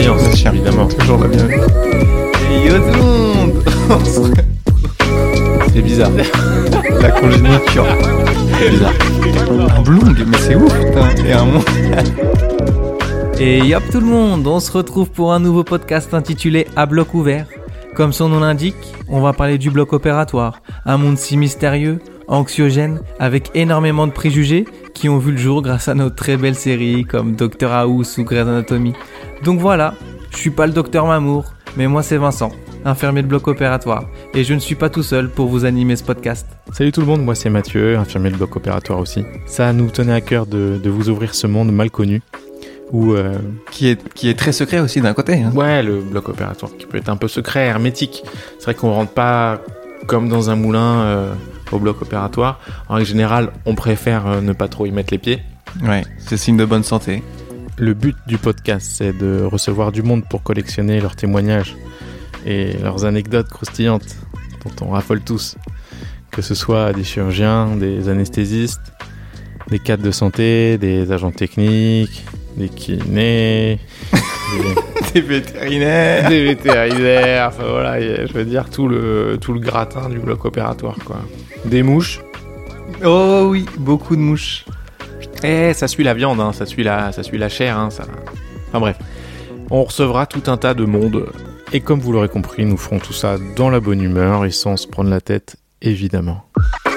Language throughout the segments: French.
bienveillance, évidemment. Toujours la bienveillance. Et yo tout le monde. C'est bizarre. La congéniture. C'est bizarre. Un blong, mais c'est ouf, putain. Et un monde. Et yop tout le monde, on se retrouve pour un nouveau podcast intitulé À bloc ouvert. Comme son nom l'indique, on va parler du bloc opératoire, un monde si mystérieux, anxiogène, avec énormément de préjugés qui ont vu le jour grâce à nos très belles séries comme Dr House ou Grey's Anatomy. Donc voilà, je suis pas le docteur Mamour, mais moi c'est Vincent, infirmier de bloc opératoire, et je ne suis pas tout seul pour vous animer ce podcast. Salut tout le monde, moi c'est Mathieu, infirmier de bloc opératoire aussi. Ça nous tenait à cœur de vous ouvrir ce monde mal connu. Qui est très secret aussi d'un côté. Hein. Ouais, le bloc opératoire qui peut être un peu secret, hermétique. C'est vrai qu'on rentre pas comme dans un moulin au bloc opératoire. En général, on préfère ne pas trop y mettre les pieds. Ouais, c'est signe de bonne santé. Le but du podcast, c'est de recevoir du monde pour collectionner leurs témoignages et leurs anecdotes croustillantes dont on raffole tous. Que ce soit des chirurgiens, des anesthésistes, des cadres de santé, des agents techniques, des kinés, Des vétérinaires. des vétérinaires, enfin voilà, je veux dire tout le gratin du bloc opératoire, quoi. Des mouches. Oh oui, beaucoup de mouches. Ça suit la viande, hein, ça suit la chair, hein, ça. Enfin bref, on recevra tout un tas de monde. Et comme vous l'aurez compris, nous ferons tout ça dans la bonne humeur et sans se prendre la tête, évidemment.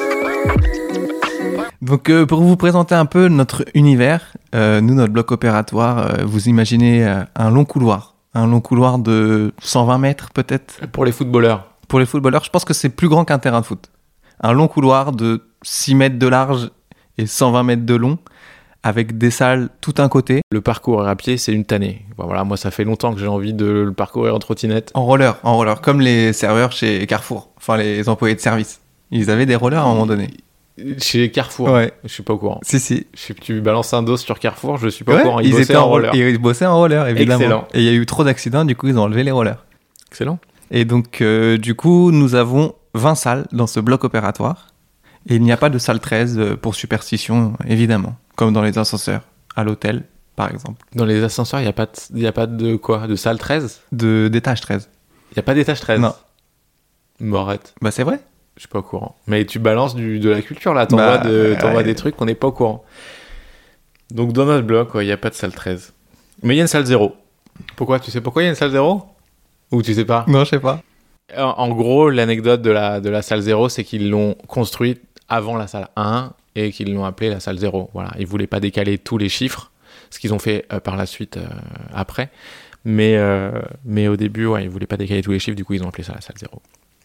Donc pour vous présenter un peu notre univers, nous notre bloc opératoire, vous imaginez un long couloir de 120 mètres peut-être. Pour les footballeurs. Pour les footballeurs, je pense que c'est plus grand qu'un terrain de foot. Un long couloir de 6 mètres de large et 120 mètres de long, avec des salles tout un côté. Le parcours à pied, c'est une tannée. Voilà, moi ça fait longtemps que j'ai envie de le parcourir en trottinette. En roller, comme les serveurs chez Carrefour, enfin les employés de service. Ils avaient des rollers à un moment donné. Chez Carrefour, Ouais. Je suis pas au courant. Si. Tu balances un dos sur Carrefour, je suis pas au Ouais, courant. ils bossaient étaient en roller. Ils bossaient en roller, évidemment. Excellent. Et il y a eu trop d'accidents, du coup ils ont enlevé les rollers. Excellent. Et donc, du coup, nous avons 20 salles dans ce bloc opératoire. Et il n'y a pas de salle 13 pour superstition, évidemment. Comme dans les ascenseurs, à l'hôtel, par exemple. Dans les ascenseurs, il y a pas de quoi? De salle 13? D'étage 13. Il y a pas d'étage 13? Non. Bon, arrête. Bah, c'est vrai. Je suis pas au courant. Mais tu balances de la culture, là. T'envoies ouais. des trucs qu'on n'est pas au courant. Donc, dans notre bloc, il n'y a pas de salle 13. Mais il y a une salle 0. Pourquoi? Tu sais pourquoi il y a une salle 0? Ou tu sais pas? Non, je sais pas. En gros, l'anecdote de la salle 0, c'est qu'ils l'ont construite avant la salle 1 et qu'ils l'ont appelée la salle 0. Voilà. Ils voulaient pas décaler tous les chiffres, ce qu'ils ont fait par la suite après. Mais au début, ouais, ils voulaient pas décaler tous les chiffres, du coup, ils ont appelé ça la salle 0.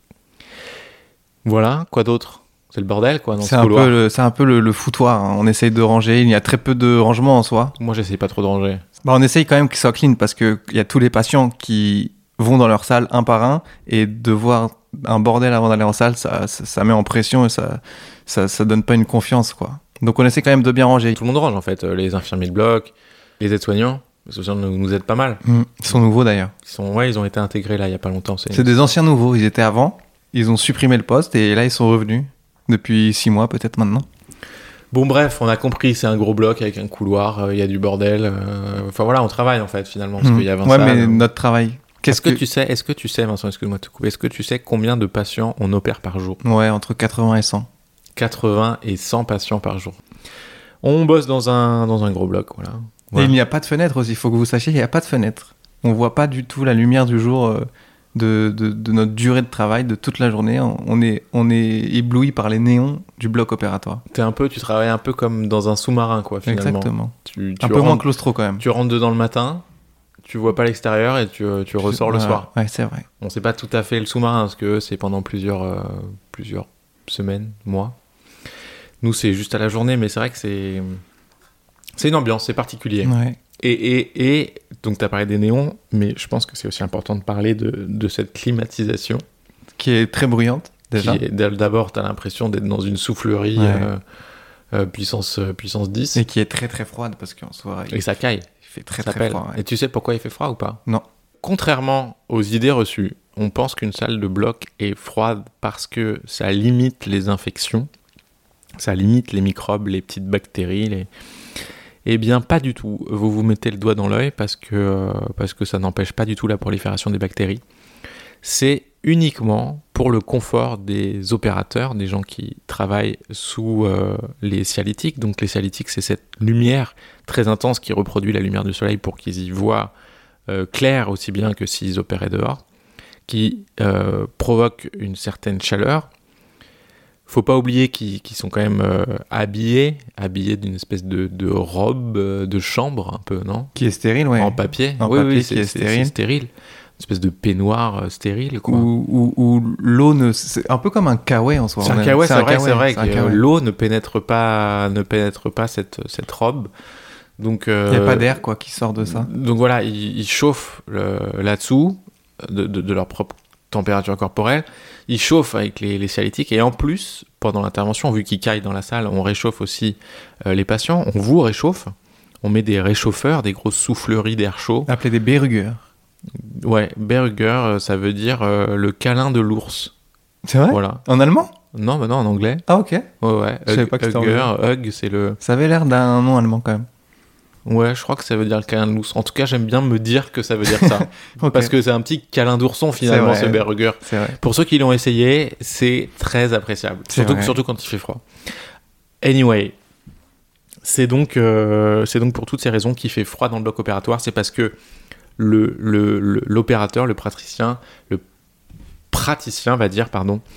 Voilà, quoi d'autre? C'est le bordel, quoi, dans ce couloir. C'est un peu le foutoir. Hein. On essaye de ranger. Il y a très peu de rangement en soi. Moi, j'essaye pas trop de ranger. Bah, on essaye quand même qu'il soit clean parce qu'il y a tous les patients qui vont dans leur salle un par un et de voir un bordel avant d'aller en salle, ça met en pression et ça donne pas une confiance, quoi. Donc on essaie quand même de bien ranger. Tout le monde range, en fait. Les infirmiers de bloc, les aides-soignants. Les aides-soignants nous aident pas mal. Ils sont nouveaux d'ailleurs. Ils ont été intégrés là, il y a pas longtemps. C'est des anciens nouveaux. Ils étaient avant. Ils ont supprimé le poste et là ils sont revenus. Depuis 6 mois peut-être maintenant. Bon bref, on a compris, c'est un gros bloc avec un couloir, il y a du bordel. Enfin voilà, on travaille en fait finalement, parce qu'il y a 20 ouais, salles. mais notre travail... Est-ce que tu sais, Vincent, excuse-moi de te couper, est-ce que tu sais combien de patients on opère par jour? Ouais, entre 80 et 100. 80 et 100 patients par jour. On bosse dans un gros bloc, voilà. Et il n'y a pas de fenêtre aussi, il faut que vous sachiez, il n'y a pas de fenêtre. On voit pas du tout la lumière du jour de notre durée de travail, de toute la journée. On est ébloui par les néons du bloc opératoire. Tu travailles un peu comme dans un sous-marin, quoi, finalement. Exactement. Tu un peu moins claustro quand même. Tu rentres dedans le matin, tu vois pas l'extérieur et tu ressors le soir. Ouais, c'est vrai. On sait pas tout à fait le sous-marin, parce que c'est pendant plusieurs semaines, mois. Nous, c'est juste à la journée, mais c'est vrai que c'est une ambiance, c'est particulier. Ouais. Et donc, tu as parlé des néons, mais je pense que c'est aussi important de parler de cette climatisation. Qui est très bruyante, déjà. D'abord, tu as l'impression d'être dans une soufflerie puissance 10. Et qui est très très froide, parce qu'en soi... Et ça caille. Il fait très très froid. Ouais. Et tu sais pourquoi il fait froid ou pas? Non. Contrairement aux idées reçues, on pense qu'une salle de bloc est froide parce que ça limite les infections, ça limite les microbes, les petites bactéries, Eh bien, pas du tout. Vous vous mettez le doigt dans l'œil parce que ça n'empêche pas du tout la prolifération des bactéries. C'est uniquement pour le confort des opérateurs, des gens qui travaillent sous les cialytiques. Donc les cialytiques, c'est cette lumière très intense qui reproduit la lumière du soleil pour qu'ils y voient clair aussi bien que s'ils opéraient dehors, qui provoque une certaine chaleur. Faut pas oublier qu'ils sont quand même habillés d'une espèce de robe de chambre un peu, non ? Qui est stérile, ouais. En papier. Oui, c'est stérile. Une espèce de peignoir stérile, quoi. Où l'eau c'est un peu comme un kawaii en soi. C'est un kawaii, c'est vrai un que kawaii. l'eau ne pénètre pas cette robe. Donc Il n'y a pas d'air quoi qui sort de ça. Donc voilà, ils chauffent là-dessous de leur propre température corporelle. Ils chauffent avec les cialytiques et en plus, pendant l'intervention, vu qu'ils caillent dans la salle, on réchauffe aussi les patients. On vous réchauffe. On met des réchauffeurs, des grosses souffleries d'air chaud. Appelé des berugers. Ouais, Berger, ça veut dire le câlin de l'ours. C'est vrai ? Voilà. En allemand ? Non, mais non, en anglais. Ah ok. Ouais. Je savais pas que c'était Hug, c'est le... Ça avait l'air d'un nom allemand quand même. Ouais, je crois que ça veut dire le câlin de l'ours. En tout cas, j'aime bien me dire que ça veut dire ça. Okay. Parce que c'est un petit câlin d'ourson finalement, ce Berger. C'est vrai. Pour ceux qui l'ont essayé, c'est très appréciable. Surtout quand il fait froid. Anyway, c'est donc pour toutes ces raisons qu'il fait froid dans le bloc opératoire. C'est parce que l'opérateur, le praticien va dire,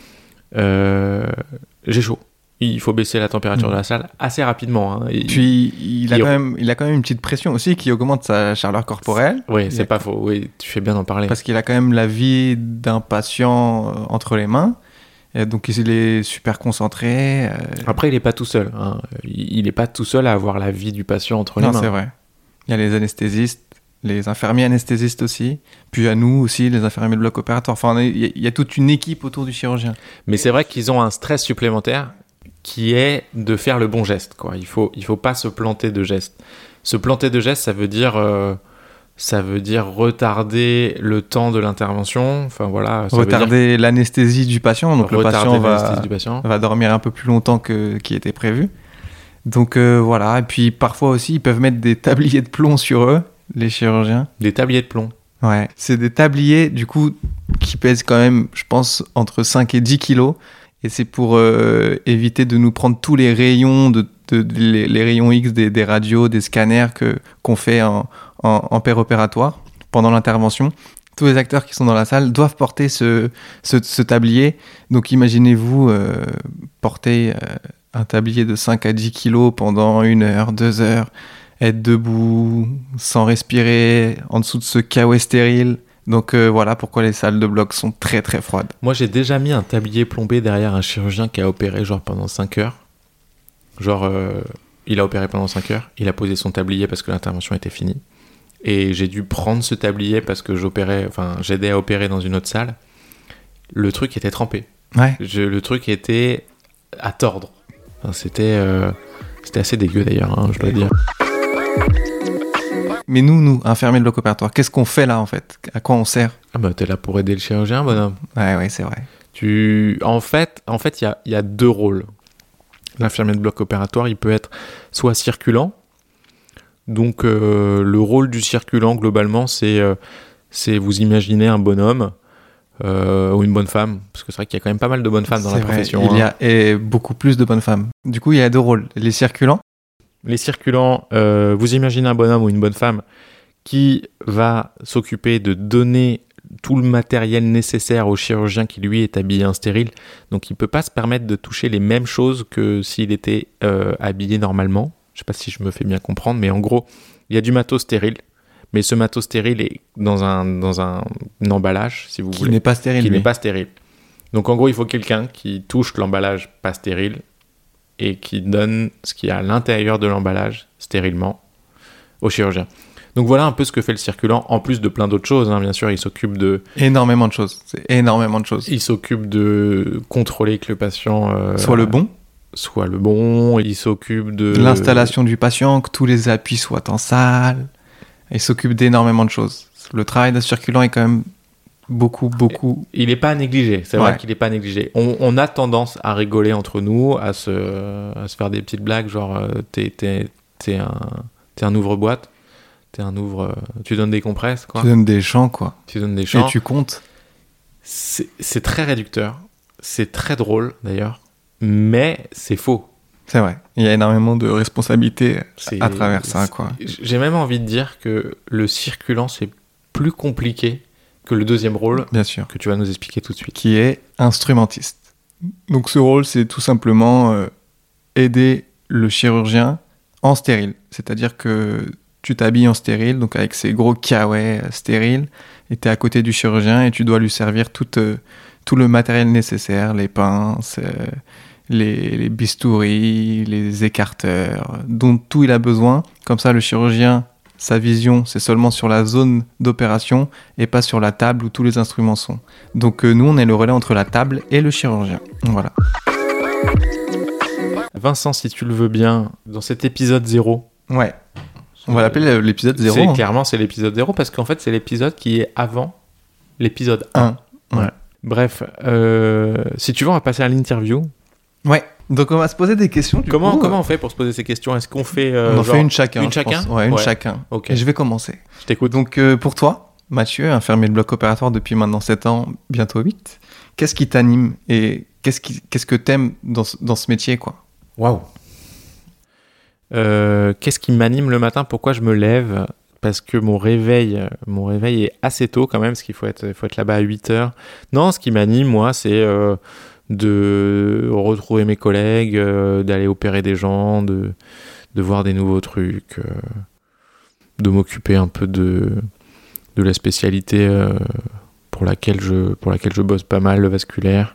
j'ai chaud. Il faut baisser la température de la salle assez rapidement. Hein. Puis il a quand même une petite pression aussi qui augmente sa chaleur corporelle. Oui, c'est pas faux. Oui, tu fais bien d'en parler. Parce qu'il a quand même la vie d'un patient entre les mains. Et donc il est super concentré. Après, il n'est pas tout seul. Hein. Il n'est pas tout seul à avoir la vie du patient entre les mains. Non, c'est vrai. Il y a les anesthésistes, les infirmiers anesthésistes aussi, puis à nous aussi, les infirmiers de bloc opératoire. Enfin, il y a toute une équipe autour du chirurgien. Mais c'est vrai qu'ils ont un stress supplémentaire qui est de faire le bon geste, quoi. Il faut pas se planter de geste. Se planter de geste, ça veut dire retarder le temps de l'intervention. Enfin voilà. Retarder l'anesthésie du patient. Donc le patient va dormir un peu plus longtemps qui était prévu. Donc voilà. Et puis parfois aussi, ils peuvent mettre des tabliers de plomb sur eux, les chirurgiens. Des tabliers de plomb. Ouais. C'est des tabliers, du coup, qui pèsent quand même, je pense, entre 5 et 10 kilos. Et c'est pour éviter de nous prendre tous les rayons, les rayons X des radios, des scanners qu'on fait en péropératoire pendant l'intervention. Tous les acteurs qui sont dans la salle doivent porter ce tablier. Donc imaginez-vous porter un tablier de 5 à 10 kilos pendant 1 heure, 2 heures, être debout, sans respirer, en dessous de ce kawaii stérile. Donc voilà pourquoi les salles de bloc sont très très froides. Moi j'ai déjà mis un tablier plombé derrière un chirurgien qui a opéré genre pendant 5 heures. Il a opéré pendant 5 heures, il a posé son tablier parce que l'intervention était finie. Et j'ai dû prendre ce tablier parce que j'aidais à opérer dans une autre salle. Le truc était trempé. Ouais. Le truc était à tordre. Enfin, c'était assez dégueu d'ailleurs, hein, je dois dire. Mais nous, infirmiers de bloc opératoire, qu'est-ce qu'on fait là en fait ? À quoi on sert ? Ah bah t'es là pour aider le chirurgien, bonhomme. Ouais, c'est vrai. En fait, il y a 2 rôles. L'infirmier de bloc opératoire, il peut être soit circulant. Donc le rôle du circulant globalement, c'est vous imaginez un bonhomme ou une bonne femme, parce que c'est vrai qu'il y a quand même pas mal de bonnes femmes dans la profession. Il y a beaucoup plus de bonnes femmes. Du coup, il y a 2 rôles. Les circulants. Les circulants, vous imaginez un bonhomme ou une bonne femme qui va s'occuper de donner tout le matériel nécessaire au chirurgien qui lui est habillé en stérile. Donc il ne peut pas se permettre de toucher les mêmes choses que s'il était habillé normalement. Je ne sais pas si je me fais bien comprendre, mais en gros, il y a du matos stérile. Mais ce matos stérile est dans un emballage, si vous voulez. Qui n'est pas stérile. Qui n'est pas stérile. Donc en gros, il faut quelqu'un qui touche l'emballage pas stérile et qui donne ce qu'il y a à l'intérieur de l'emballage stérilement au chirurgien. Donc voilà un peu ce que fait le circulant, en plus de plein d'autres choses, hein. Bien sûr, il s'occupe de... Énormément de choses, c'est énormément de choses. Il s'occupe de contrôler que le patient... soit le bon, il s'occupe de... l'installation du patient, que tous les appuis soient en salle, il s'occupe d'énormément de choses. Le travail d'un circulant est quand même beaucoup. Il n'est pas à négliger, c'est vrai qu'il n'est pas à négliger. On a tendance à rigoler entre nous, à se faire des petites blagues, genre t'es T'es un ouvre-boîte, tu donnes des compresses, quoi. Tu donnes des chants, quoi. Tu donnes des chants. Et tu comptes. C'est très réducteur. C'est très drôle, d'ailleurs. Mais c'est faux. C'est vrai. Il y a énormément de responsabilités à travers ça, quoi. J'ai même envie de dire que le circulant, c'est plus compliqué que le deuxième rôle. Bien sûr. Que tu vas nous expliquer tout de suite. Qui est instrumentiste. Donc ce rôle, c'est tout simplement aider le chirurgien en stérile. C'est-à-dire que tu t'habilles en stérile, donc avec ces gros kiawais stériles, et tu es à côté du chirurgien et tu dois lui servir tout le matériel nécessaire, les pinces, les bistouris, les écarteurs, dont tout il a besoin. Comme ça, le chirurgien, sa vision, c'est seulement sur la zone d'opération et pas sur la table où tous les instruments sont. Donc nous, on est le relais entre la table et le chirurgien. Voilà. Vincent, si tu le veux bien, dans cet épisode 0... Ouais. On va l'appeler l'épisode 0. Clairement, c'est l'épisode 0 parce qu'en fait, c'est l'épisode qui est avant l'épisode 1. Ouais. Bref, si tu veux, on va passer à l'interview. Ouais. Donc, on va se poser des questions. Comment on fait pour se poser ces questions ? Est-ce qu'on fait... on en fait une chacun. Une chacun ? Ouais, une chacun. Ok. Et je vais commencer. Je t'écoute. Donc, pour toi, Mathieu, infirmier de bloc opératoire depuis maintenant 7 ans, bientôt 8, qu'est-ce qui t'anime et qu'est-ce que t'aimes dans ce métier, quoi ? Waouh. Qu'est-ce qui m'anime le matin ? Pourquoi je me lève ? Parce que mon réveil est assez tôt quand même, parce qu'il faut être là-bas à 8h. Non, ce qui m'anime, moi, c'est de retrouver mes collègues, d'aller opérer des gens, de voir des nouveaux trucs, de m'occuper un peu de la spécialité pour laquelle je bosse pas mal, le vasculaire.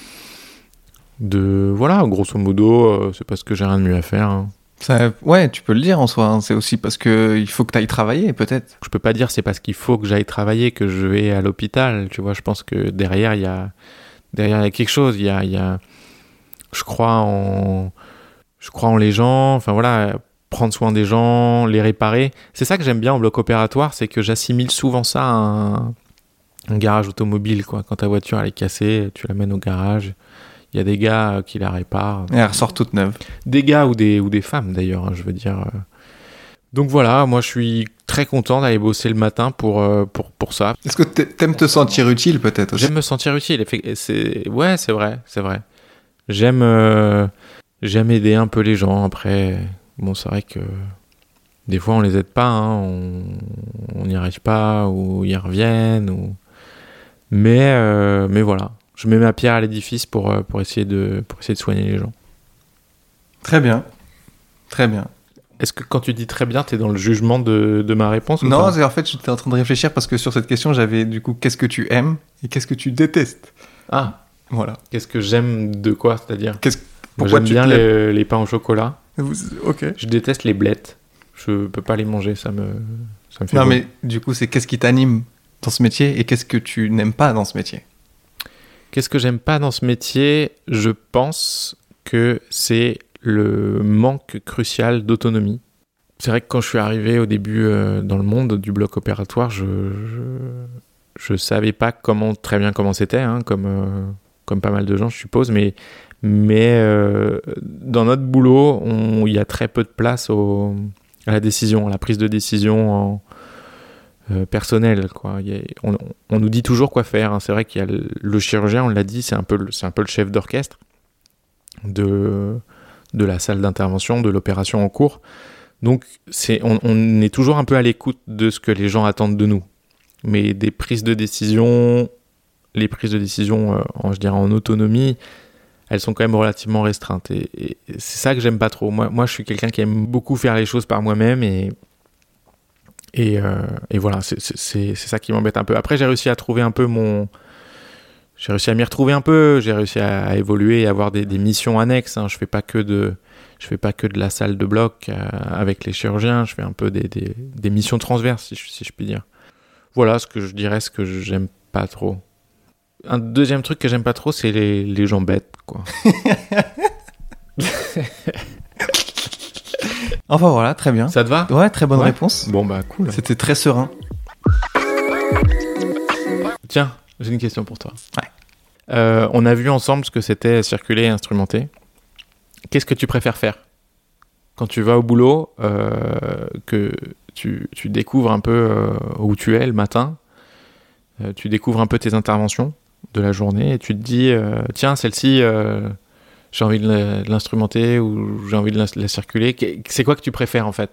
Voilà, grosso modo, c'est parce que j'ai rien de mieux à faire. Hein. Ça, ouais, tu peux le dire en soi. Hein. C'est aussi parce qu'il faut que tu ailles travailler, peut-être. Je peux pas dire c'est parce qu'il faut que j'aille travailler que je vais à l'hôpital. Tu vois, je pense que derrière, il y a quelque chose. Je crois en les gens. Enfin voilà, prendre soin des gens, les réparer. C'est ça que j'aime bien en bloc opératoire, c'est que j'assimile souvent ça à un garage automobile, quoi. Quand ta voiture elle est cassée, tu l'amènes au garage. Il y a des gars qui la réparent. Et elle ressort toute neuve. Des gars ou des femmes d'ailleurs, hein, je veux dire. Donc voilà, moi je suis très content d'aller bosser le matin pour ça. Est-ce que t'aimes te sentir utile peut-être aussi ? J'aime me sentir utile. Ouais, c'est vrai. J'aime aider un peu les gens. Après, bon, c'est vrai que des fois on les aide pas, hein, on n'y arrive pas ou ils reviennent. Mais voilà. Je mets ma pierre à l'édifice pour essayer de soigner les gens. Très bien. Très bien. Est-ce que quand tu dis très bien, t'es dans le jugement de ma réponse ? Non, en fait, j'étais en train de réfléchir parce que sur cette question, j'avais du coup, qu'est-ce que tu aimes et qu'est-ce que tu détestes ? Ah, voilà. Qu'est-ce que j'aime de quoi ? C'est-à-dire pourquoi j'aime bien les pains au chocolat. Ok. Je déteste les blettes. Je peux pas les manger, ça me fait Non, beau. mais du coup, c'est qu'est-ce qui t'anime dans ce métier et qu'est-ce que tu n'aimes pas dans ce métier ? Qu'est-ce que j'aime pas dans ce métier ? Je pense que c'est le manque crucial d'autonomie. C'est vrai que quand je suis arrivé au début dans le monde du bloc opératoire, je savais pas très bien comment c'était, hein, comme pas mal de gens, je suppose, mais dans notre boulot, il y a très peu de place à la décision, à la prise de décision personnelle, quoi. On nous dit toujours quoi faire, hein. C'est vrai qu'il y a le chirurgien, on l'a dit, c'est un peu le chef d'orchestre de la salle d'intervention, de l'opération en cours. Donc on est toujours un peu à l'écoute de ce que les gens attendent de nous. Mais les prises de décision, je dirais en autonomie, elles sont quand même relativement restreintes. Et c'est ça que j'aime pas trop. Moi, je suis quelqu'un qui aime beaucoup faire les choses par moi-même et voilà, c'est ça qui m'embête un peu. Après, j'ai réussi à m'y retrouver un peu. J'ai réussi à évoluer et avoir des missions annexes. Hein. Je fais pas que de la salle de bloc avec les chirurgiens. Je fais un peu des missions transverses, si je puis dire. Voilà ce que je dirais, ce que j'aime pas trop. Un deuxième truc que j'aime pas trop, c'est les gens bêtes, quoi. Enfin voilà, très bien. Ça te va ? Ouais, très bonne réponse. Bon bah cool. C'était très serein. Tiens, j'ai une question pour toi. Ouais. On a vu ensemble ce que c'était circuler et instrumenter. Qu'est-ce que tu préfères faire ? quand tu vas au boulot, que tu découvres un peu où tu es le matin, tu découvres un peu tes interventions de la journée et tu te dis tiens, celle-ci j'ai envie de l'instrumenter ou j'ai envie de la circuler. C'est quoi que tu préfères en fait?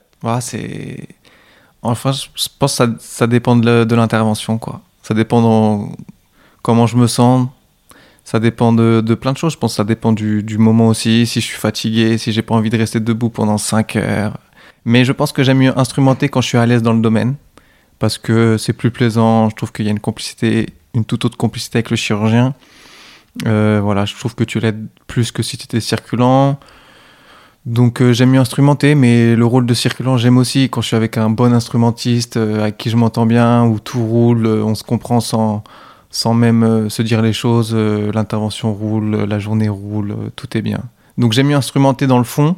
Enfin, je pense que ça dépend de l'intervention, quoi. Ça dépend comment je me sens. Ça dépend de plein de choses. Je pense que ça dépend du moment aussi. Si je suis fatigué, si j'ai pas envie de rester debout pendant 5 heures. Mais je pense que j'aime mieux instrumenter quand je suis à l'aise dans le domaine. Parce que c'est plus plaisant. Je trouve qu'il y a une toute autre complicité avec le chirurgien. Je trouve que tu l'aides plus que si tu étais circulant. Donc j'aime mieux instrumenter, mais le rôle de circulant, j'aime aussi quand je suis avec un bon instrumentiste avec qui je m'entends bien, où tout roule, on se comprend sans même se dire les choses, l'intervention roule, la journée roule, tout est bien. Donc j'aime mieux instrumenter dans le fond,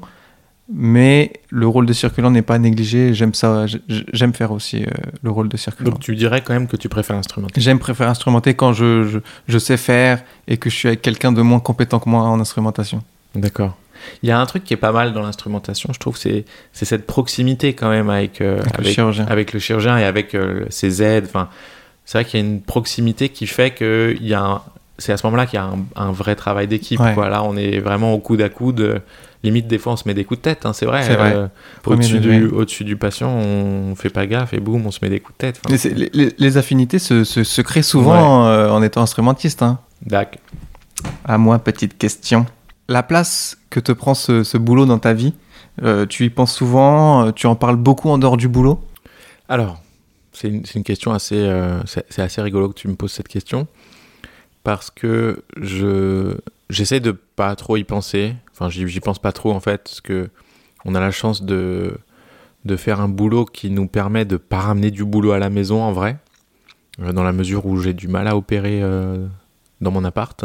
mais le rôle de circulant n'est pas négligé, j'aime ça, j'aime faire aussi le rôle de circulant. Donc tu dirais quand même que tu préfères instrumenter? J'aime préférer instrumenter quand je sais faire et que je suis avec quelqu'un de moins compétent que moi en instrumentation. D'accord. Il y a un truc qui est pas mal dans l'instrumentation, je trouve, c'est cette proximité quand même avec le chirurgien et avec ses aides. Enfin, c'est vrai qu'il y a une proximité qui fait que c'est à ce moment-là qu'il y a un vrai travail d'équipe. Ouais. Quoi. Là, on est vraiment au coude à coude. Limite, des fois, on se met des coups de tête, hein, c'est vrai. C'est vrai. Au-dessus du patient, on fait pas gaffe et boum, on se met des coups de tête. Enfin, les affinités se créent souvent en étant instrumentiste. Hein. D'accord. À moi, petite question. La place que te prend ce boulot dans ta vie, tu y penses souvent, tu en parles beaucoup en dehors du boulot? Alors, c'est une question assez... c'est assez rigolo que tu me poses cette question, parce que j'essaie de pas trop y penser. Enfin, j'y pense pas trop en fait, parce que on a la chance de faire un boulot qui nous permet de pas ramener du boulot à la maison en vrai, dans la mesure où j'ai du mal à opérer dans mon appart.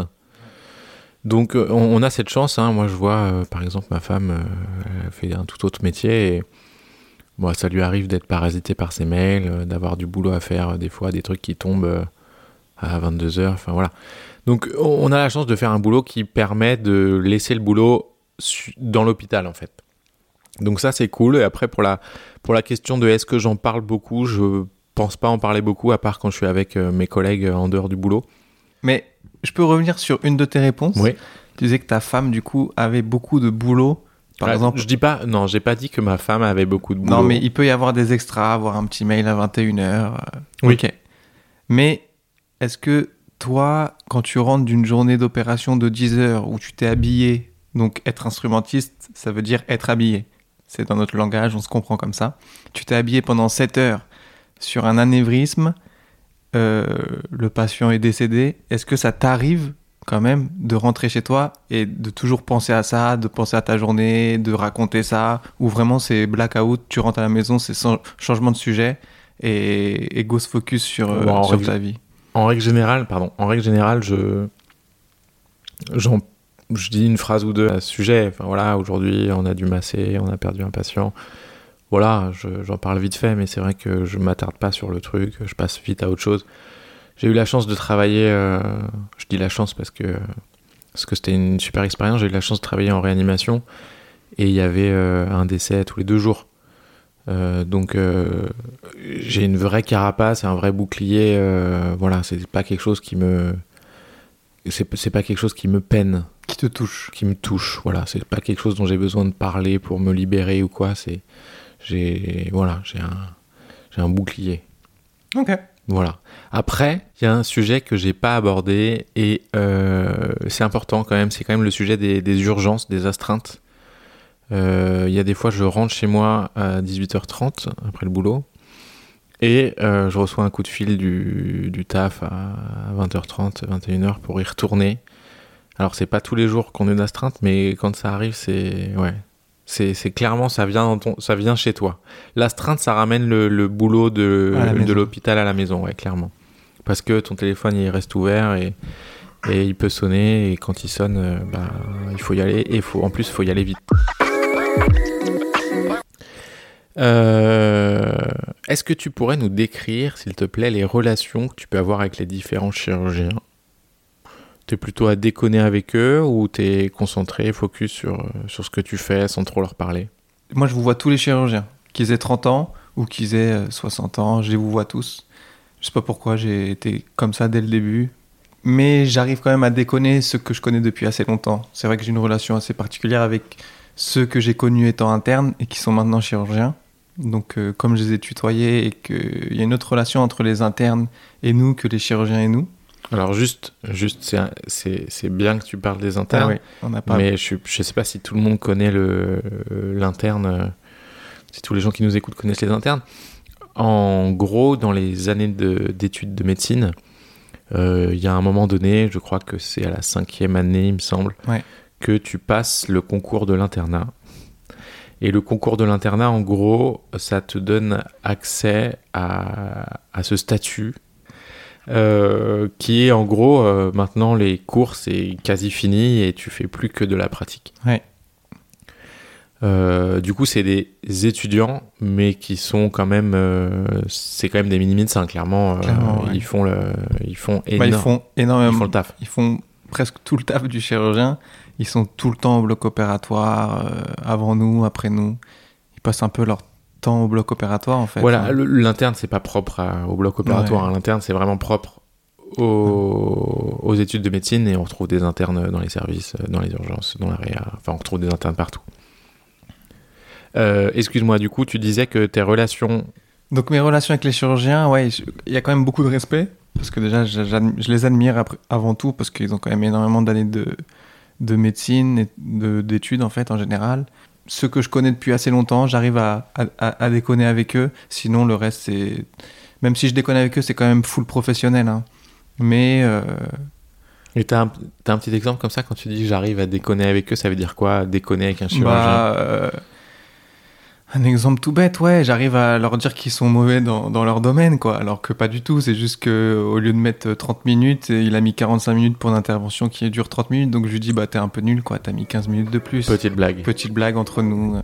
Donc on a cette chance, hein. Moi je vois par exemple ma femme elle fait un tout autre métier et bon, ça lui arrive d'être parasité par ses mails, d'avoir du boulot à faire, des fois des trucs qui tombent à 22h, enfin voilà. Donc on a la chance de faire un boulot qui permet de laisser le boulot dans l'hôpital en fait. Donc ça c'est cool. Et après pour la question de est-ce que j'en parle beaucoup, je pense pas en parler beaucoup à part quand je suis avec mes collègues en dehors du boulot. Mais je peux revenir sur une de tes réponses. Oui. Tu disais que ta femme, du coup, avait beaucoup de boulot. Par exemple. J'ai pas dit que ma femme avait beaucoup de boulot. Non, mais il peut y avoir des extras, avoir un petit mail à 21h. Oui. Ok. Mais est-ce que toi, quand tu rentres d'une journée d'opération de 10 heures où tu t'es habillé, donc être instrumentiste, ça veut dire être habillé. C'est dans notre langage, on se comprend comme ça. Tu t'es habillé pendant 7 heures sur un anévrisme. Le patient est décédé, est-ce que ça t'arrive quand même de rentrer chez toi et de toujours penser à ça, de penser à ta journée, de raconter ça, ou vraiment c'est blackout, tu rentres à la maison, c'est changement de sujet et go se focus sur ta vie? En règle générale, je dis une phrase ou deux à ce sujet. Enfin voilà, aujourd'hui on a dû masser, on a perdu un patient. Voilà, j'en parle vite fait, mais c'est vrai que je m'attarde pas sur le truc, je passe vite à autre chose. J'ai eu la chance de travailler, je dis la chance parce que c'était une super expérience, j'ai eu la chance de travailler en réanimation et il y avait un décès tous les 2 jours. Donc j'ai une vraie carapace et un vrai bouclier, voilà, c'est pas quelque chose qui me peine. Qui me touche, voilà, c'est pas quelque chose dont j'ai besoin de parler pour me libérer ou quoi, j'ai un bouclier. Ok. Voilà. Après, il y a un sujet que j'ai pas abordé et c'est important quand même, c'est quand même le sujet des urgences, des astreintes. Il y a des fois, je rentre chez moi à 18h30 après le boulot et je reçois un coup de fil du taf à 20h30, 21h pour y retourner. Alors, c'est pas tous les jours qu'on est d'astreinte, mais quand ça arrive, c'est clairement, ça vient chez toi. L'astreinte, ça ramène le boulot de l'hôpital à la maison, ouais, clairement. Parce que ton téléphone, il reste ouvert et il peut sonner. Et quand il sonne, il faut y aller. Et en plus, il faut y aller vite. Est-ce que tu pourrais nous décrire, s'il te plaît, les relations que tu peux avoir avec les différents chirurgiens ? T'es plutôt à déconner avec eux ou t'es concentré, focus sur ce que tu fais sans trop leur parler? moi je vous vois tous les chirurgiens, qu'ils aient 30 ans ou qu'ils aient 60 ans, je les vous vois tous. Je sais pas pourquoi j'ai été comme ça dès le début, mais j'arrive quand même à déconner ceux que je connais depuis assez longtemps. C'est vrai que j'ai une relation assez particulière avec ceux que j'ai connus étant internes et qui sont maintenant chirurgiens. Donc comme je les ai tutoyés et qu'il y a une autre relation entre les internes et nous que les chirurgiens et nous. Alors juste c'est bien que tu parles des internes, Ah oui, on n'a pas... mais je sais pas si tout le monde connaît l'interne, si tous les gens qui nous écoutent connaissent les internes. En gros, dans les années d'études de médecine, il y a un moment donné, je crois que c'est à la 5e année, il me semble, Ouais. que tu passes le concours de l'internat. Et le concours de l'internat, en gros, ça te donne accès à ce statut qui est en gros, maintenant les cours c'est quasi fini et tu fais plus que de la pratique. Ouais. Du coup, c'est des étudiants, mais qui sont quand même, c'est quand même des mini-médecins, clairement. Clairement, ouais. Ils font Ils font énormément. Ils font le taf. Ils font presque tout le taf du chirurgien. Ils sont tout le temps au bloc opératoire, avant nous, après nous. Ils passent un peu leur temps au bloc opératoire, en fait. Voilà, l'interne, c'est pas propre au bloc opératoire. Ouais. Hein. L'interne, c'est vraiment propre aux études de médecine, et on retrouve des internes dans les services, dans les urgences, dans la réa. Enfin, on retrouve des internes partout. Excuse-moi, du coup, tu disais que tes relations... Donc mes relations avec les chirurgiens, ouais, il y a quand même beaucoup de respect. Parce que déjà, je les admire avant tout, parce qu'ils ont quand même énormément d'années de médecine et d'études, en fait, en général. Ceux que je connais depuis assez longtemps, j'arrive à déconner avec eux. Sinon, le reste, c'est... Même si je déconne avec eux, c'est quand même full professionnel. Hein. Mais... Et t'as un petit exemple comme ça, quand tu dis j'arrive à déconner avec eux, ça veut dire quoi, déconner avec un chirurgien? Un exemple tout bête, ouais, j'arrive à leur dire qu'ils sont mauvais dans leur domaine, quoi, alors que pas du tout, c'est juste qu'au lieu de mettre 30 minutes, il a mis 45 minutes pour une intervention qui dure 30 minutes, donc je lui dis, bah t'es un peu nul, quoi, t'as mis 15 minutes de plus. Petite blague. Petite blague entre nous.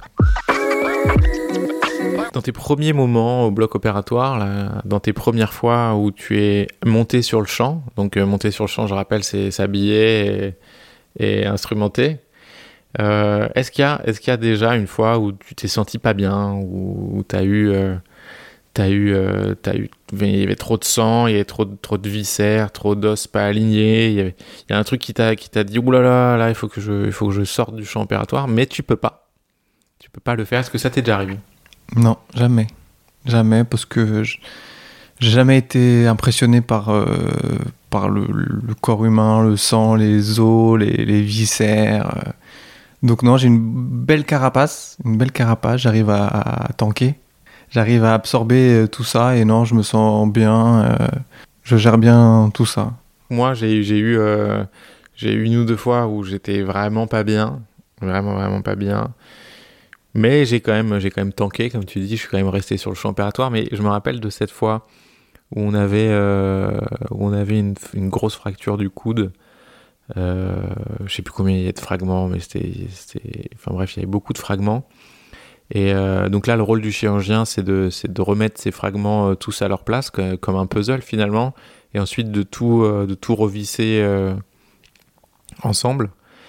Dans tes premiers moments au bloc opératoire, là, dans tes premières fois où tu es monté sur le champ, donc monté sur le champ, je rappelle, c'est s'habiller et instrumenter. Est-ce qu'il y a déjà une fois où tu t'es senti pas bien, où il y avait trop de sang, il y avait trop de viscères, trop d'os pas alignés, il y a un truc qui t'a dit oulala, là il faut que je sorte du champ opératoire, mais tu peux pas le faire. Est-ce que ça t'est déjà arrivé? Non, jamais, parce que j'ai jamais été impressionné par le corps humain, le sang, les os, les viscères. Donc non, j'ai une belle carapace, j'arrive à tanker, j'arrive à absorber tout ça et non, je me sens bien, je gère bien tout ça. Moi, j'ai eu une ou deux fois où j'étais vraiment pas bien, vraiment pas bien, mais j'ai quand même tanké, comme tu dis, je suis quand même resté sur le champ opératoire, mais je me rappelle de cette fois où on avait une grosse fracture du coude. Je sais plus combien il y a de fragments, mais enfin bref, il y avait beaucoup de fragments, et donc là le rôle du chirurgien c'est de remettre ces fragments tous à leur place, comme un puzzle finalement, et ensuite de tout revisser ensemble,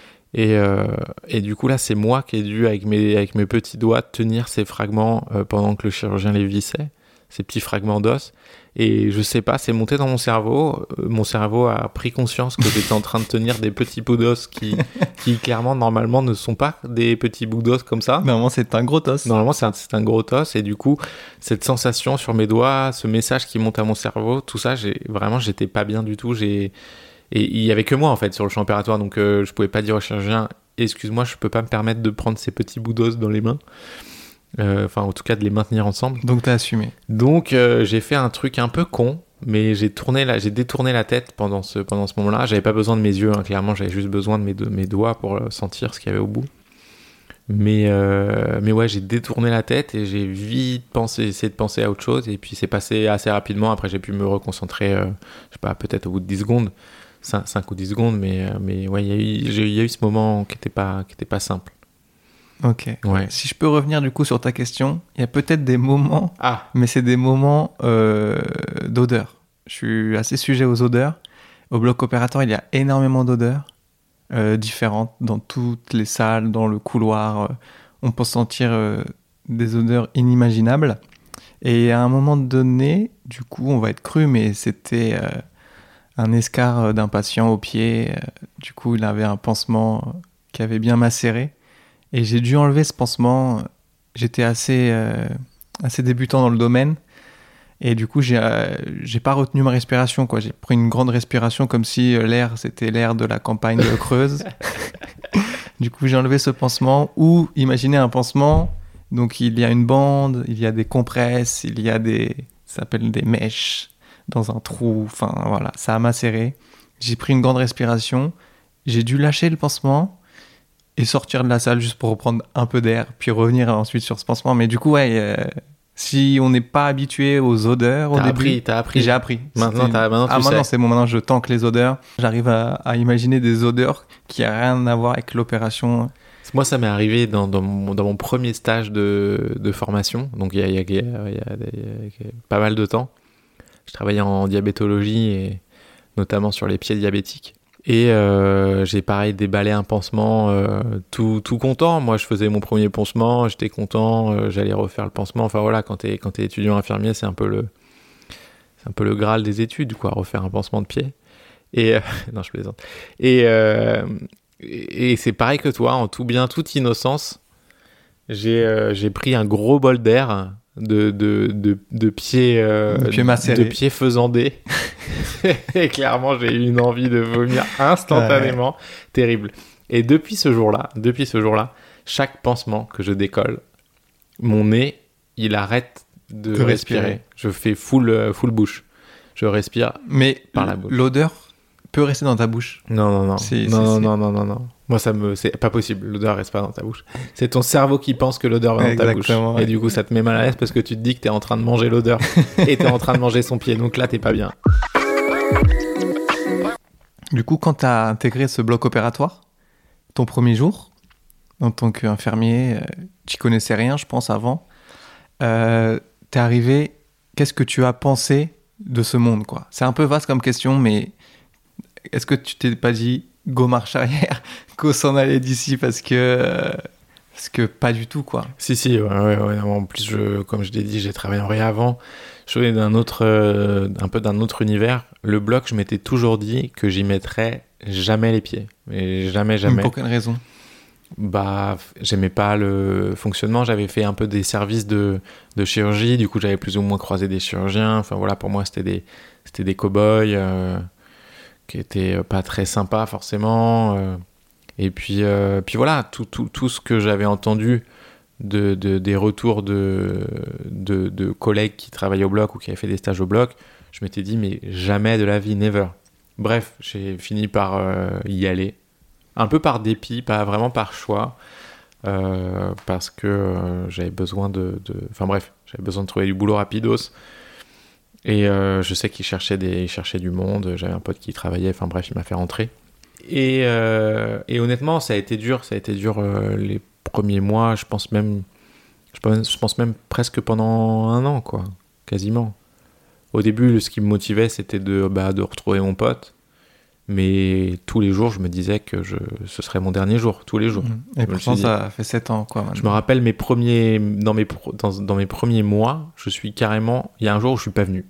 et du coup là c'est moi qui ai dû avec mes petits doigts tenir ces fragments pendant que le chirurgien les vissait, ces petits fragments d'os. Et je sais pas, c'est monté dans mon cerveau. Mon cerveau a pris conscience que j'étais en train de tenir des petits bouts d'os qui clairement, normalement, ne sont pas des petits bouts d'os comme ça. Normalement, c'est un gros os. Normalement, c'est un gros os. Et du coup, cette sensation sur mes doigts, ce message qui monte à mon cerveau, tout ça, j'étais pas bien du tout. Et il y avait que moi, en fait, sur le champ opératoire. Donc, je pouvais pas dire au chirurgien, excuse-moi, je peux pas me permettre de prendre ces petits bouts d'os dans les mains. Enfin, en tout cas, de les maintenir ensemble. Donc, t'as assumé. Donc, j'ai fait un truc un peu con, mais j'ai détourné la tête pendant ce moment-là. J'avais pas besoin de mes yeux, hein, clairement, j'avais juste besoin de mes doigts pour sentir ce qu'il y avait au bout. Mais ouais, j'ai détourné la tête et j'ai vite essayé de penser à autre chose. Et puis, c'est passé assez rapidement. Après, j'ai pu me reconcentrer, je sais pas, peut-être au bout de 10 secondes, 5 ou 10 secondes. Mais ouais, il y a eu ce moment qui était pas simple. Ok. Ouais. Si je peux revenir du coup sur ta question, il y a peut-être des moments, mais c'est des moments d'odeur. Je suis assez sujet aux odeurs. Au bloc opératoire, il y a énormément d'odeurs différentes dans toutes les salles, dans le couloir. on peut sentir des odeurs inimaginables. Et à un moment donné, du coup, on va être cru, mais c'était un escarre d'un patient au pied. Du coup, il avait un pansement qui avait bien macéré. Et j'ai dû enlever ce pansement. J'étais assez débutant dans le domaine. Et du coup, j'ai pas retenu ma respiration, quoi. J'ai pris une grande respiration comme si l'air, c'était l'air de la campagne de Creuse. Du coup, j'ai enlevé ce pansement. Ou imaginez un pansement. Donc, il y a une bande, il y a des compresses, il y a ça s'appelle des mèches dans un trou. Enfin, voilà, ça a macéré. J'ai pris une grande respiration. J'ai dû lâcher le pansement et sortir de la salle juste pour reprendre un peu d'air, puis revenir ensuite sur ce pansement. Mais du coup, si on n'est pas habitué aux odeurs au début... T'as appris. J'ai appris. Maintenant, tu sais. Maintenant, c'est bon. Maintenant, je tanque les odeurs. J'arrive à imaginer des odeurs qui n'ont rien à voir avec l'opération. Moi, ça m'est arrivé dans mon premier stage de formation, donc il y a pas mal de temps. Je travaillais en diabétologie, et notamment sur les pieds diabétiques. Et j'ai pareil déballé un pansement tout content. Moi, je faisais mon premier pansement, j'étais content, j'allais refaire le pansement. Enfin voilà, quand t'es étudiant infirmier, c'est un peu le Graal des études, quoi, refaire un pansement de pied. Et non, je plaisante. Et c'est pareil que toi, en tout bien, toute innocence, j'ai pris un gros bol d'air de pieds faisandés. Et clairement, j'ai eu une envie de vomir instantanément. Terrible. Et depuis ce jour-là, chaque pansement que je décolle, mon nez, il arrête de respirer. Je fais full bouche. Je respire par la bouche. L'odeur peut rester dans ta bouche. Non. Non. Moi, c'est pas possible. L'odeur reste pas dans ta bouche. C'est ton cerveau qui pense que l'odeur va dans ta bouche. Ouais. Et du coup, ça te met mal à l'aise parce que tu te dis que t'es en train de manger l'odeur et t'es en train de manger son pied. Donc là, t'es pas bien. Du coup, quand t'as intégré ce bloc opératoire, ton premier jour, en tant qu'infirmier, tu connaissais rien, je pense, avant. T'es arrivé, qu'est-ce que tu as pensé de ce monde, quoi? C'est un peu vaste comme question, mais est-ce que tu t'es pas dit go marche arrière, go s'en aller d'ici parce que pas du tout, quoi. Si, ouais. En plus, comme je l'ai dit, j'ai travaillé en réa avant. Je venais un peu d'un autre univers. Le bloc, je m'étais toujours dit que j'y mettrais jamais les pieds. Mais jamais. Pour quelle raison? J'aimais pas le fonctionnement. J'avais fait un peu des services de chirurgie. Du coup, j'avais plus ou moins croisé des chirurgiens. Enfin, voilà, pour moi, c'était des cow-boys qui étaient pas très sympas, forcément. Et puis voilà, tout ce que j'avais entendu des retours de collègues qui travaillaient au bloc ou qui avaient fait des stages au bloc, je m'étais dit, mais jamais de la vie, never. Bref, j'ai fini par y aller. Un peu par dépit, pas vraiment par choix, parce que j'avais besoin j'avais besoin de trouver du boulot rapidos. Et je sais qu'il cherchait du monde, j'avais un pote qui travaillait, enfin bref, il m'a fait rentrer. Et honnêtement, ça a été dur les premiers mois, je pense même presque pendant 1 an, quoi, quasiment. Au début, ce qui me motivait, c'était de retrouver mon pote. Mais tous les jours, je me disais que ce serait mon dernier jour, tous les jours. Et pourtant, ça fait 7 ans, quoi. Maintenant. Je me rappelle dans mes premiers mois, je suis carrément... Il y a un jour où je suis pas venu.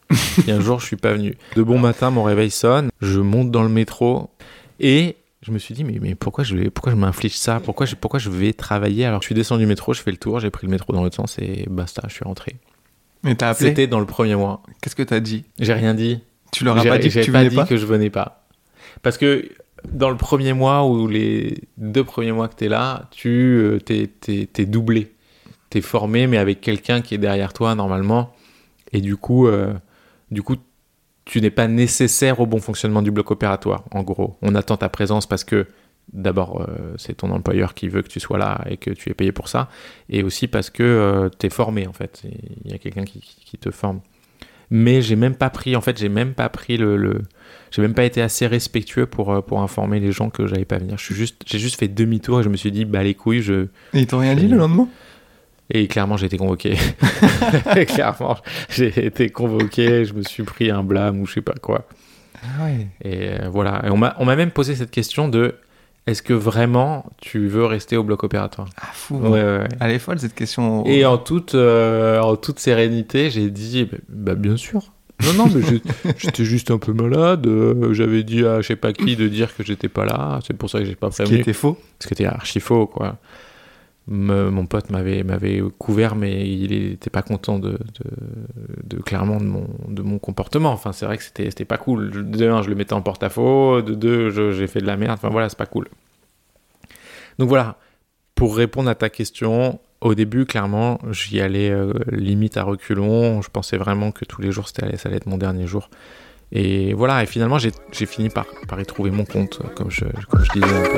De bon matin, mon réveil sonne, je monte dans le métro et je me suis dit, mais pourquoi je m'inflige ça ? Pourquoi je vais travailler ? Alors, je suis descendu du métro, je fais le tour, j'ai pris le métro dans l'autre sens et basta, je suis rentré. Mais t'as appelé ? C'était dans le premier mois. Qu'est-ce que t'as dit ? J'ai rien dit. Tu leur as pas dit que tu venais pas ? J'ai pas dit que je venais pas. Parce que dans le premier mois ou les 2 premiers mois que t'es là, t'es doublé. T'es formé, mais avec quelqu'un qui est derrière toi, normalement. Et du coup, tu n'es pas nécessaire au bon fonctionnement du bloc opératoire, en gros. On attend ta présence parce que, d'abord, c'est ton employeur qui veut que tu sois là et que tu es payé pour ça. Et aussi parce que t'es formé, en fait. Il y a quelqu'un qui te forme. Mais j'ai même pas pris j'ai même pas été assez respectueux pour informer les gens que j'allais pas venir. J'ai juste fait demi-tour et je me suis dit, les couilles, Et ils t'ont rien dit le lendemain ? Et clairement, j'ai été convoqué. Clairement, j'ai été convoqué, je me suis pris un blâme ou je sais pas quoi. Ah ouais. Et voilà. Et on m'a même posé cette question de, est-ce que vraiment tu veux rester au bloc opératoire? Ah, fou. Ouais. Elle est folle, cette question. Et en toute sérénité, j'ai dit, bah, bien sûr. Non, mais j'étais juste un peu malade. J'avais dit à je sais pas qui de dire que j'étais pas là. C'est pour ça que j'ai pas Ce qui prévenu. était faux. Ce qui était archi faux, quoi. Mon pote m'avait couvert, mais il était pas content clairement de mon comportement. Enfin, c'est vrai que c'était pas cool. De un, je le mettais en porte-à-faux. De deux, j'ai fait de la merde. Enfin voilà, c'est pas cool. Donc voilà, pour répondre à ta question, au début, clairement, j'y allais limite à reculons. Je pensais vraiment que tous les jours, ça allait être mon dernier jour. Et voilà, et finalement, j'ai fini par y trouver mon compte, comme je disais un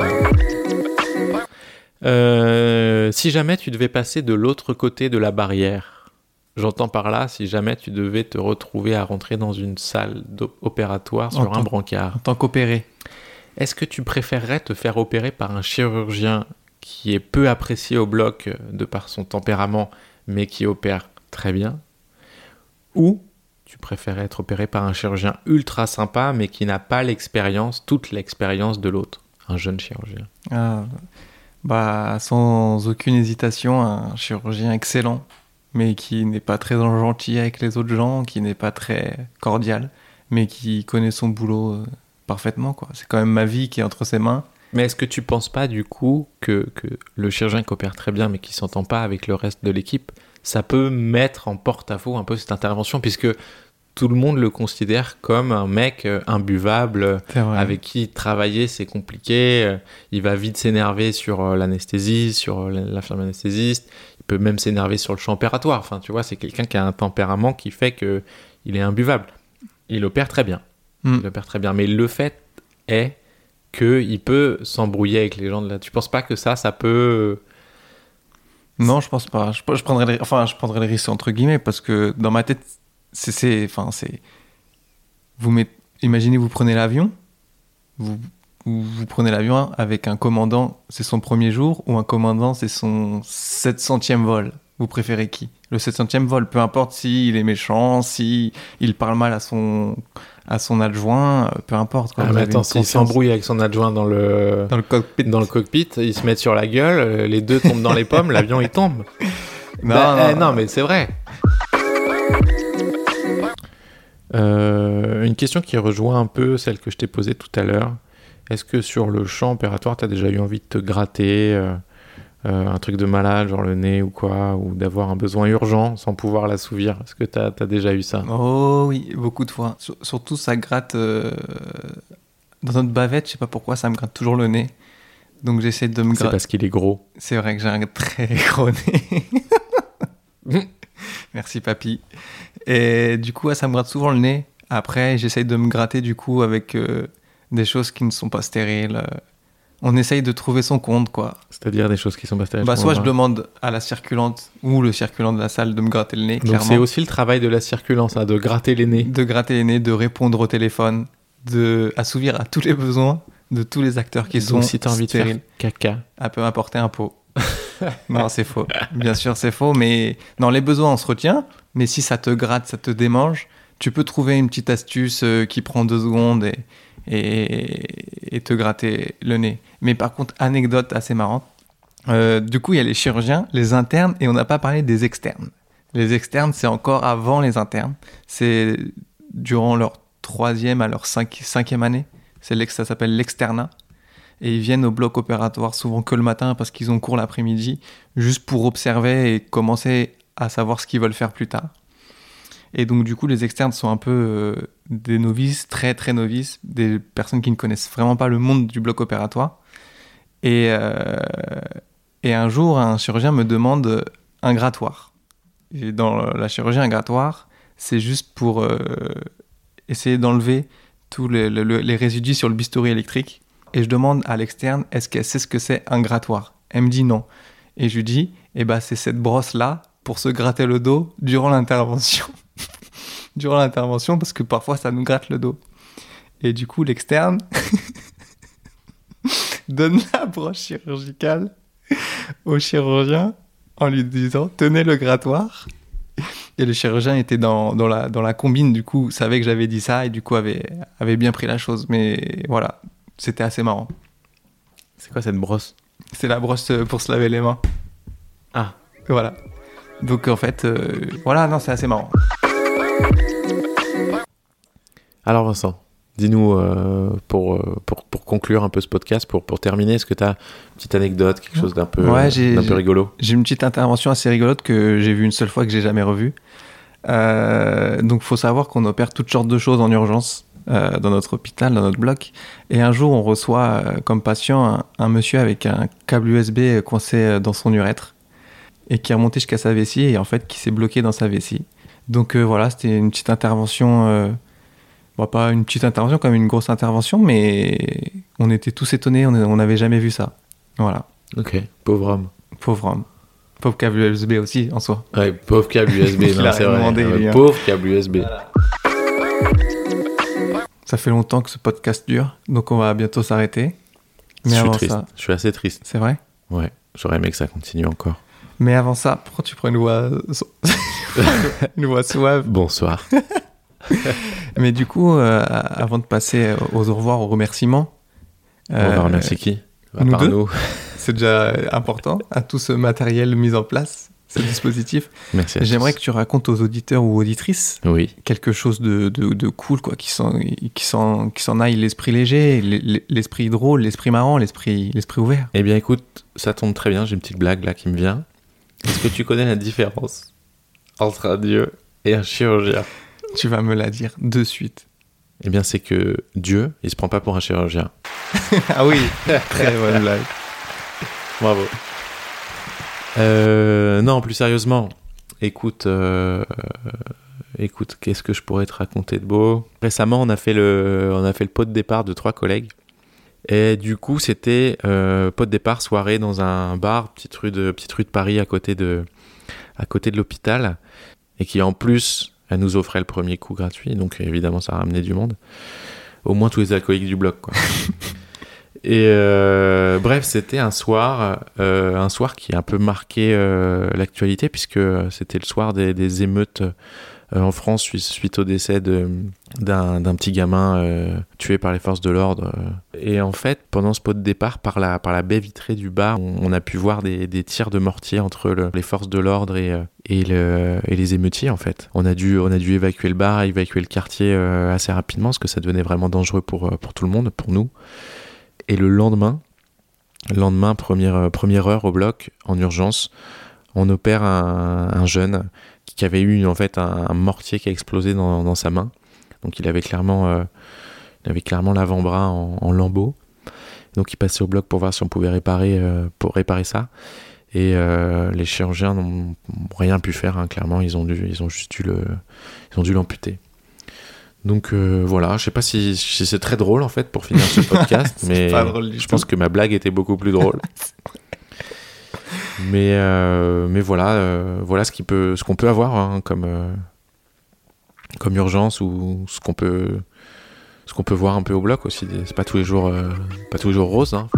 peu. Si jamais tu devais passer de l'autre côté de la barrière, j'entends par là, si jamais tu devais te retrouver à rentrer dans une salle opératoire sur un brancard. En tant qu'opéré. Est-ce que tu préférerais te faire opérer par un chirurgien qui est peu apprécié au bloc de par son tempérament, mais qui opère très bien, ou tu préférais être opéré par un chirurgien ultra sympa, mais qui n'a pas toute l'expérience de l'autre, un jeune chirurgien? Sans aucune hésitation, un chirurgien excellent, mais qui n'est pas très gentil avec les autres gens, qui n'est pas très cordial, mais qui connaît son boulot parfaitement, quoi. C'est quand même ma vie qui est entre ses mains. Mais est-ce que tu penses pas du coup que le chirurgien qui opère très bien mais qui s'entend pas avec le reste de l'équipe, ça peut mettre en porte-à-faux un peu cette intervention, puisque tout le monde le considère comme un mec imbuvable, avec qui travailler c'est compliqué, il va vite s'énerver sur l'anesthésie, sur l'infirmier anesthésiste, il peut même s'énerver sur le champ opératoire. Enfin, tu vois, c'est quelqu'un qui a un tempérament qui fait qu'il est imbuvable. Il opère très bien. Il opère très bien, mais le fait est qu'il peut s'embrouiller avec les gens de là. Tu penses pas que ça peut... Non, je pense pas. Je prendrais le risque entre guillemets, parce que dans ma tête, imaginez, vous prenez l'avion, vous prenez l'avion avec un commandant, c'est son premier jour, ou un commandant, c'est son 700e vol. Vous préférez qui? Le 700e vol, peu importe s'il est méchant, s'il parle mal à son adjoint, peu importe, quoi. Mais attends, s'il s'embrouille avec son adjoint dans le cockpit, ils se mettent sur la gueule, les deux tombent dans les pommes, l'avion il tombe. Non, mais c'est vrai. Une question qui rejoint un peu celle que je t'ai posée tout à l'heure. Est-ce que sur le champ opératoire, tu as déjà eu envie de te gratter un truc de malade, genre le nez ou quoi, ou d'avoir un besoin urgent sans pouvoir l'assouvir? Est-ce que tu as déjà eu ça? Oh oui, beaucoup de fois. Surtout, ça gratte dans notre bavette, je sais pas pourquoi, ça me gratte toujours le nez. Donc j'essaie de me gratter. C'est parce qu'il est gros. C'est vrai que j'ai un très gros nez. Merci papy. Et du coup, ça me gratte souvent le nez. Après, j'essaye de me gratter du coup avec des choses qui ne sont pas stériles. On essaye de trouver son compte, quoi. C'est-à-dire des choses qui sont pas stériles. Soit je demande à la circulante ou le circulant de la salle de me gratter le nez. Donc clairement. c'est aussi le travail de la circulante, ça, de gratter les nez. De gratter les nez, de répondre au téléphone, de assouvir à tous les besoins de tous les acteurs qui sont donc si t'as envie de faire caca, elle peut m'apporter un pot. Non, c'est faux. Bien sûr, c'est faux. Mais dans les besoins, on se retient. Mais si ça te gratte, ça te démange, tu peux trouver une petite astuce qui prend 2 secondes et te gratter le nez. Mais par contre, anecdote assez marrante. Du coup, il y a les chirurgiens, les internes, et on n'a pas parlé des externes. Les externes, c'est encore avant les internes. C'est durant leur 3e à leur 5e année. Ça s'appelle l'externat. Et ils viennent au bloc opératoire souvent que le matin parce qu'ils ont cours l'après-midi, juste pour observer et commencer à savoir ce qu'ils veulent faire plus tard. Et donc du coup, les externes sont un peu des novices, très très novices, des personnes qui ne connaissent vraiment pas le monde du bloc opératoire. Et un jour, un chirurgien me demande un grattoir. Et dans la chirurgie, un grattoir, c'est juste pour essayer d'enlever tous les résidus sur le bistouri électrique. Et je demande à l'externe, est-ce qu'elle sait ce que c'est un grattoir? Elle me dit non. Et je lui dis, c'est cette brosse-là pour se gratter le dos durant l'intervention. Durant l'intervention, parce que parfois ça nous gratte le dos. Et du coup, l'externe donne la brosse chirurgicale au chirurgien en lui disant, tenez le grattoir. Et le chirurgien était dans la combine, du coup, savait que j'avais dit ça et du coup avait bien pris la chose. Mais voilà. C'était assez marrant. C'est quoi cette brosse? C'est la brosse pour se laver les mains. Ah. Voilà. Donc en fait, voilà, non, c'est assez marrant. Alors Vincent, dis-nous, pour conclure un peu ce podcast, pour terminer, est-ce que tu as une petite anecdote, quelque chose d'un peu, d'un peu rigolo? J'ai une petite intervention assez rigolote que j'ai vue une seule fois, que j'ai jamais revue. Donc faut savoir qu'on opère toutes sortes de choses en urgence dans notre hôpital, dans notre bloc. Et un jour, on reçoit comme patient un monsieur avec un câble USB coincé dans son urètre et qui est remonté jusqu'à sa vessie et en fait qui s'est bloqué dans sa vessie. Donc voilà, c'était une petite intervention, pas une petite intervention, quand même une grosse intervention, mais on était tous étonnés, on n'avait jamais vu ça. Voilà. Ok, pauvre homme. Pauvre homme. Pauvre câble USB aussi, en soi. Ouais, pauvre câble USB, non, c'est vrai. Demandé, pauvre câble USB. Voilà. Ça fait longtemps que ce podcast dure, donc on va bientôt s'arrêter. Mais je suis avant triste, ça... je suis assez triste. C'est vrai ? Ouais, j'aurais aimé que ça continue encore. Mais avant ça, pourquoi tu prends une voix... une voix suave ? Bonsoir. Mais du coup, avant de passer aux au revoir, aux remerciements... On va remercier qui ? Nous deux. C'est déjà important, à tout ce matériel mis en place, ce dispositif. Merci à J'aimerais tous. que tu racontes aux auditeurs ou auditrices quelque chose de cool, quoi, qui s'en aille l'esprit léger, l'esprit drôle, l'esprit marrant, l'esprit ouvert. Eh bien écoute, ça tombe très bien, j'ai une petite blague là qui me vient. Est-ce que tu connais la différence entre un dieu et un chirurgien ? Tu vas me la dire de suite. Eh bien c'est que Dieu, il se prend pas pour un chirurgien. Ah oui, très bonne blague. Bravo. Non, plus sérieusement, écoute, qu'est-ce que je pourrais te raconter de beau ? Récemment, on a fait le pot de départ de 3 collègues. Et du coup, c'était pot de départ, soirée dans un bar, petite rue de Paris, à côté de l'hôpital. Et qui, en plus, elle nous offrait le premier coup gratuit. Donc, évidemment, ça a ramené du monde. Au moins tous les alcooliques du bloc, quoi. Et bref, c'était un soir qui a un peu marqué l'actualité, puisque c'était le soir des émeutes en France suite au décès d'un petit gamin tué par les forces de l'ordre. Et en fait, pendant ce pot de départ, par la baie vitrée du bar, on a pu voir des tirs de mortier entre les forces de l'ordre et les émeutiers, en fait. On a dû évacuer le bar, évacuer le quartier assez rapidement, parce que ça devenait vraiment dangereux pour tout le monde, pour nous. Et le lendemain, première heure au bloc, en urgence, on opère un jeune qui avait eu en fait un mortier qui a explosé dans sa main. Donc il avait clairement l'avant-bras en lambeaux. Donc il passait au bloc pour voir si on pouvait réparer ça. Et les chirurgiens n'ont rien pu faire, hein, clairement. Ils ont juste dû l'amputer. Donc voilà, je sais pas si c'est très drôle en fait pour finir ce podcast, mais je pense que ma blague était beaucoup plus drôle. mais voilà ce qu'on peut avoir, hein, comme urgence, ou ce qu'on peut voir un peu au bloc aussi. C'est pas tous les jours rose, hein.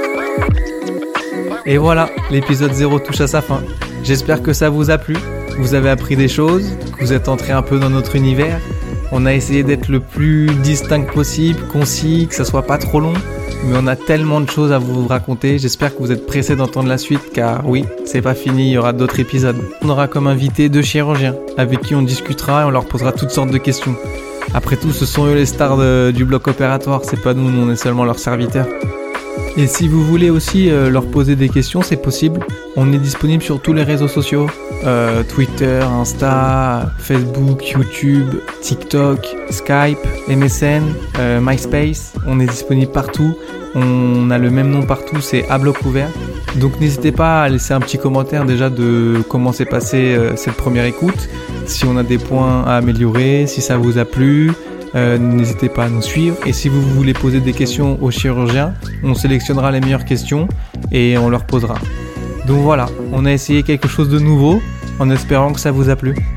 Et voilà, l'épisode 0 touche à sa fin. J'espère que ça vous a plu, vous avez appris des choses, que vous êtes entré un peu dans notre univers. On a essayé d'être le plus distinct possible, concis, que ça soit pas trop long, mais on a tellement de choses à vous raconter. J'espère que vous êtes pressés d'entendre la suite, car oui, c'est pas fini, il y aura d'autres épisodes. On aura comme invité 2 chirurgiens, avec qui on discutera et on leur posera toutes sortes de questions. Après tout, ce sont eux les stars du bloc opératoire, c'est pas nous on est seulement leurs serviteurs. Et si vous voulez aussi leur poser des questions, c'est possible. On est disponible sur tous les réseaux sociaux. Twitter, Insta, Facebook, YouTube, TikTok, Skype, MSN, MySpace. On est disponible partout. On a le même nom partout, c'est À Bloc Ouvert. Donc n'hésitez pas à laisser un petit commentaire déjà de comment s'est passée cette première écoute. Si on a des points à améliorer, si ça vous a plu. N'hésitez pas à nous suivre, et si vous voulez poser des questions aux chirurgiens, on sélectionnera les meilleures questions et on leur posera. Donc voilà, on a essayé quelque chose de nouveau en espérant que ça vous a plu.